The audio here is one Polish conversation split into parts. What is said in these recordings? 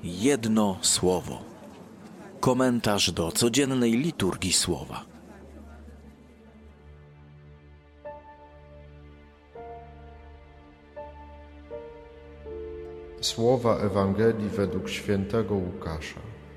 Jedno słowo. Komentarz do codziennej liturgii słowa. Słowa Ewangelii według świętego Łukasza.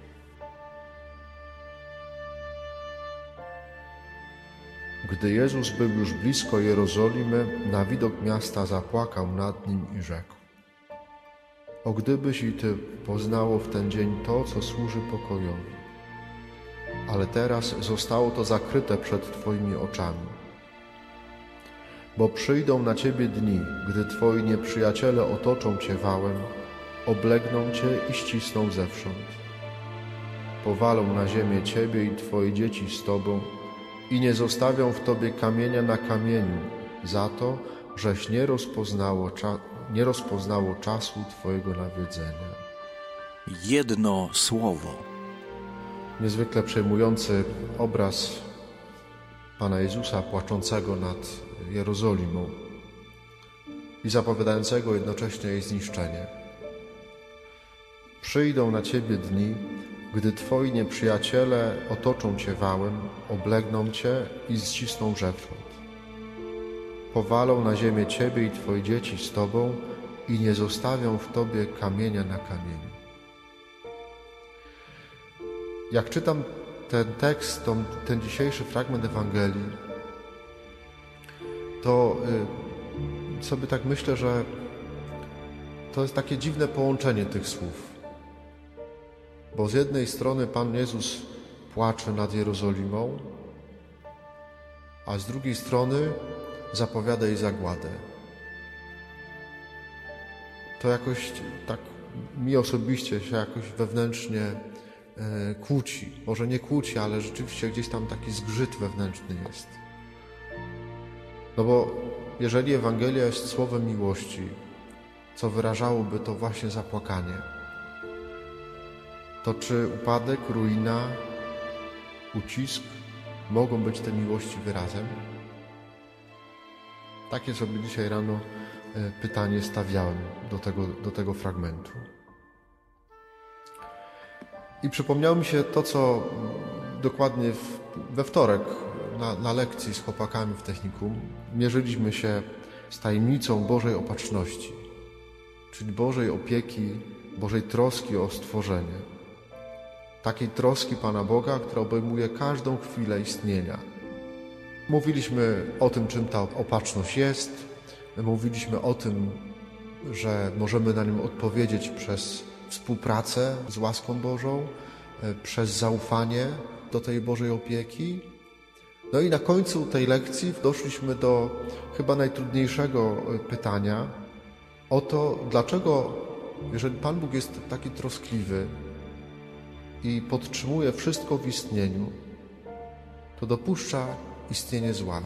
Gdy Jezus był już blisko Jerozolimy, na widok miasta zapłakał nad nim i rzekł: O gdybyś i Ty poznało w ten dzień to, co służy pokojowi. Ale teraz zostało to zakryte przed Twoimi oczami. Bo przyjdą na Ciebie dni, gdy Twoi nieprzyjaciele otoczą Cię wałem, oblegną Cię i ścisną zewsząd. Powalą na ziemię Ciebie i Twoje dzieci z Tobą i nie zostawią w Tobie kamienia na kamieniu za to, żeś nie rozpoznało czasu Twojego nawiedzenia. Jedno słowo. Niezwykle przejmujący obraz Pana Jezusa płaczącego nad Jerozolimą i zapowiadającego jednocześnie jej zniszczenie. Przyjdą na Ciebie dni, gdy Twoi nieprzyjaciele otoczą Cię wałem, oblegną Cię i ścisną zewsząd. Powalą na ziemię Ciebie i Twoje dzieci z Tobą i nie zostawią w Tobie kamienia na kamieniu. Jak czytam ten tekst, ten dzisiejszy fragment Ewangelii, to sobie tak myślę, że to jest takie dziwne połączenie tych słów. Bo z jednej strony Pan Jezus płacze nad Jerozolimą, a z drugiej strony zapowiada jej zagładę. To jakoś tak mi osobiście się jakoś wewnętrznie kłóci. Może nie kłóci, ale rzeczywiście gdzieś tam taki zgrzyt wewnętrzny jest. No bo jeżeli Ewangelia jest słowem miłości, co wyrażałoby to właśnie zapłakanie, to czy upadek, ruina, ucisk mogą być tej miłości wyrazem? Takie sobie dzisiaj rano pytanie stawiałem do tego fragmentu. I przypomniało mi się to, co dokładnie we wtorek na lekcji z chłopakami w technikum mierzyliśmy się z tajemnicą Bożej Opatrzności, czyli Bożej opieki, Bożej troski o stworzenie. Takiej troski Pana Boga, która obejmuje każdą chwilę istnienia. Mówiliśmy o tym, czym ta opatrzność jest. Mówiliśmy o tym, że możemy na nią odpowiedzieć przez współpracę z łaską Bożą, przez zaufanie do tej Bożej opieki. No i na końcu tej lekcji doszliśmy do chyba najtrudniejszego pytania o to, dlaczego, jeżeli Pan Bóg jest taki troskliwy i podtrzymuje wszystko w istnieniu, to dopuszcza istnienie zła.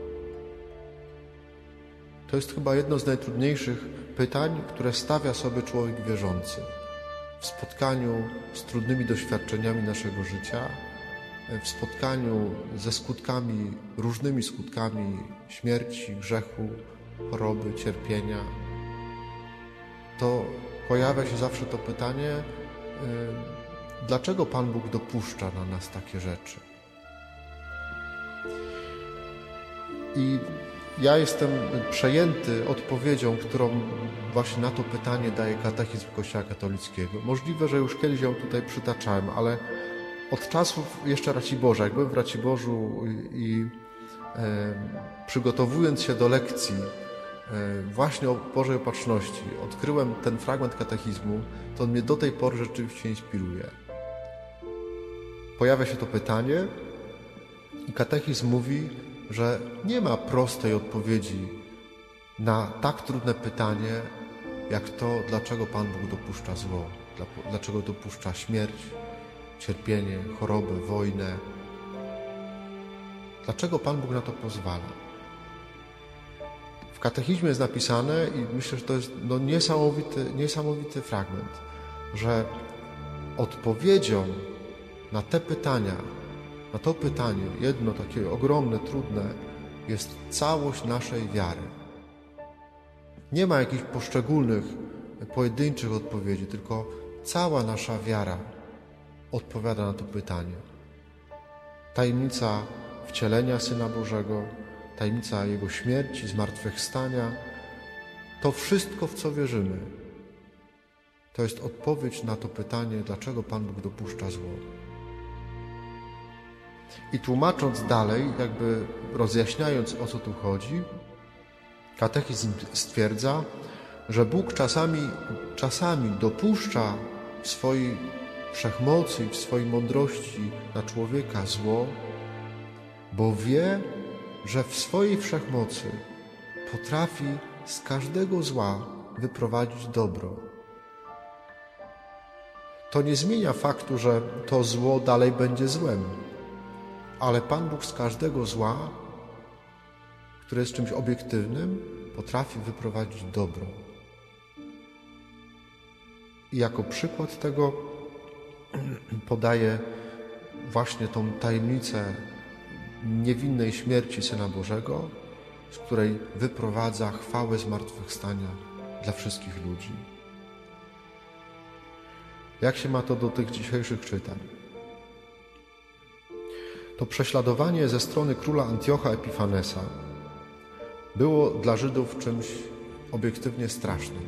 To jest chyba jedno z najtrudniejszych pytań, które stawia sobie człowiek wierzący w spotkaniu z trudnymi doświadczeniami naszego życia, w spotkaniu ze skutkami, różnymi skutkami śmierci, grzechu, choroby, cierpienia. To pojawia się zawsze to pytanie, dlaczego Pan Bóg dopuszcza na nas takie rzeczy? I ja jestem przejęty odpowiedzią, którą właśnie na to pytanie daje katechizm Kościoła katolickiego. Możliwe, że już kiedyś ją tutaj przytaczałem, ale od czasów jeszcze Raciborza, jak byłem w Raciborzu i przygotowując się do lekcji właśnie o Bożej Opatrzności, odkryłem ten fragment katechizmu, to on mnie do tej pory rzeczywiście inspiruje. Pojawia się to pytanie i katechizm mówi, że nie ma prostej odpowiedzi na tak trudne pytanie, jak to, dlaczego Pan Bóg dopuszcza zło, dlaczego dopuszcza śmierć, cierpienie, chorobę, wojnę. Dlaczego Pan Bóg na to pozwala? W katechizmie jest napisane, i myślę, że to jest niesamowity fragment, że odpowiedzią na te pytania, na to pytanie, jedno takie ogromne, trudne, jest całość naszej wiary. Nie ma jakichś poszczególnych, pojedynczych odpowiedzi, tylko cała nasza wiara odpowiada na to pytanie. Tajemnica wcielenia Syna Bożego, tajemnica Jego śmierci, zmartwychwstania, to wszystko, w co wierzymy, to jest odpowiedź na to pytanie, dlaczego Pan Bóg dopuszcza zło. I tłumacząc dalej, jakby rozjaśniając, o co tu chodzi, katechizm stwierdza, że Bóg czasami dopuszcza w swojej wszechmocy i w swojej mądrości na człowieka zło, bo wie, że w swojej wszechmocy potrafi z każdego zła wyprowadzić dobro. To nie zmienia faktu, że to zło dalej będzie złem, ale Pan Bóg z każdego zła, które jest czymś obiektywnym, potrafi wyprowadzić dobro. I jako przykład tego podaje właśnie tą tajemnicę niewinnej śmierci Syna Bożego, z której wyprowadza chwałę zmartwychwstania dla wszystkich ludzi. Jak się ma to do tych dzisiejszych czytań? To prześladowanie ze strony króla Antiocha Epifanesa było dla Żydów czymś obiektywnie strasznym.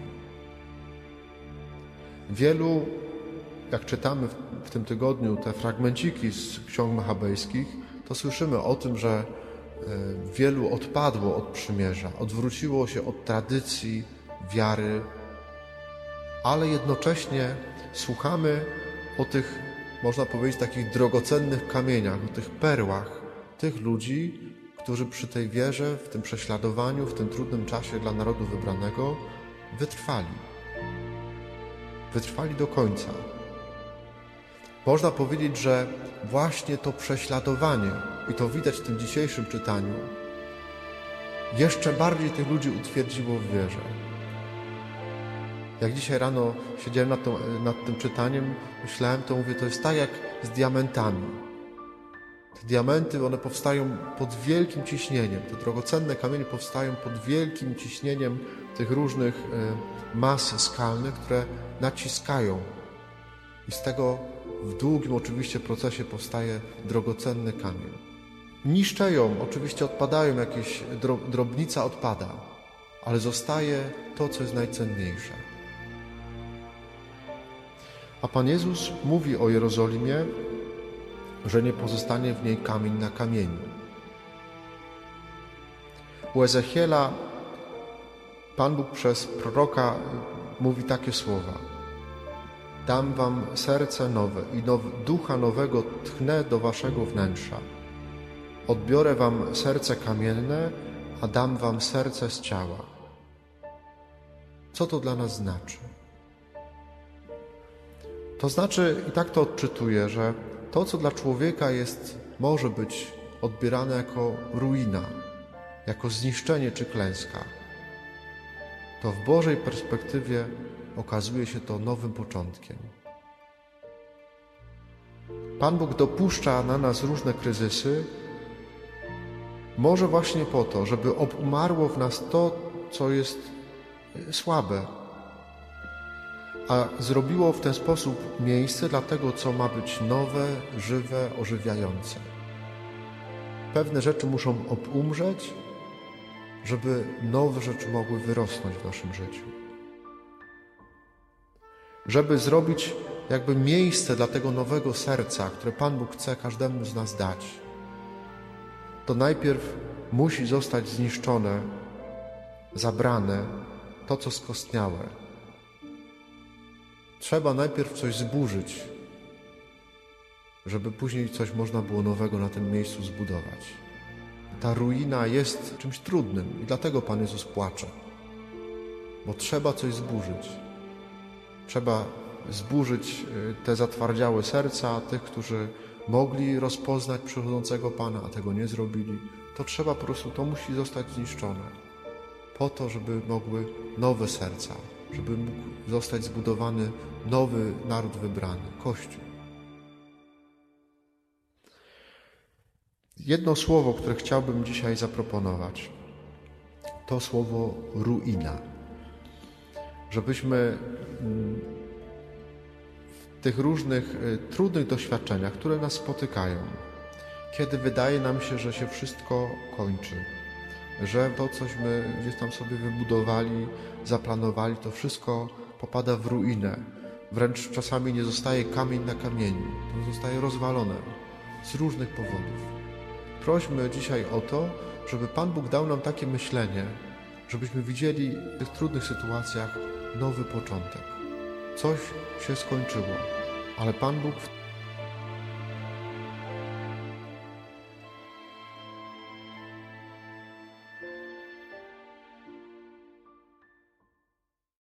Wielu, jak czytamy w tym tygodniu te fragmenciki z ksiąg machabejskich, to słyszymy o tym, że wielu odpadło od przymierza, odwróciło się od tradycji, wiary, ale jednocześnie słuchamy o tych, można powiedzieć, takich drogocennych kamieniach, o tych perłach tych ludzi, którzy przy tej wierze, w tym prześladowaniu, w tym trudnym czasie dla narodu wybranego wytrwali. Wytrwali do końca. Można powiedzieć, że właśnie to prześladowanie, i to widać w tym dzisiejszym czytaniu, jeszcze bardziej tych ludzi utwierdziło w wierze. Jak dzisiaj rano siedziałem nad tym czytaniem, myślałem, to mówię, to jest tak jak z diamentami. Te diamenty, one powstają pod wielkim ciśnieniem. Te drogocenne kamienie powstają pod wielkim ciśnieniem tych różnych mas skalnych, które naciskają. I z tego w długim oczywiście procesie powstaje drogocenny kamień. Niszczeją, oczywiście odpadają, jakieś drobnica odpada, ale zostaje to, co jest najcenniejsze. A Pan Jezus mówi o Jerozolimie, że nie pozostanie w niej kamień na kamieniu. U Ezechiela Pan Bóg przez proroka mówi takie słowa: dam wam serce nowe i ducha nowego tchnę do waszego wnętrza. Odbiorę wam serce kamienne, a dam wam serce z ciała. Co to dla nas znaczy? To znaczy, i tak to odczytuję, że to, co dla człowieka może być odbierane jako ruina, jako zniszczenie czy klęska, to w Bożej perspektywie okazuje się to nowym początkiem. Pan Bóg dopuszcza na nas różne kryzysy, może właśnie po to, żeby obumarło w nas to, co jest słabe, a zrobiło w ten sposób miejsce dla tego, co ma być nowe, żywe, ożywiające. Pewne rzeczy muszą obumrzeć, żeby nowe rzeczy mogły wyrosnąć w naszym życiu. Żeby zrobić jakby miejsce dla tego nowego serca, które Pan Bóg chce każdemu z nas dać, to najpierw musi zostać zniszczone, zabrane to, co skostniałe. Trzeba najpierw coś zburzyć, żeby później coś można było nowego na tym miejscu zbudować. Ta ruina jest czymś trudnym i dlatego Pan Jezus płacze, bo trzeba coś zburzyć. Trzeba zburzyć te zatwardziałe serca tych, którzy mogli rozpoznać przychodzącego Pana, a tego nie zrobili. To trzeba po prostu, to musi zostać zniszczone po to, żeby mogły nowe serca, żeby mógł zostać zbudowany nowy naród wybrany, Kościół. Jedno słowo, które chciałbym dzisiaj zaproponować, to słowo ruina. Żebyśmy tych różnych trudnych doświadczeniach, które nas spotykają, kiedy wydaje nam się, że się wszystko kończy, że to, cośmy gdzieś tam sobie wybudowali, zaplanowali, to wszystko popada w ruinę. Wręcz czasami nie zostaje kamień na kamieniu, to zostaje rozwalone z różnych powodów. Prośmy dzisiaj o to, żeby Pan Bóg dał nam takie myślenie, żebyśmy widzieli w tych trudnych sytuacjach nowy początek. Coś się skończyło, ale Pan Bóg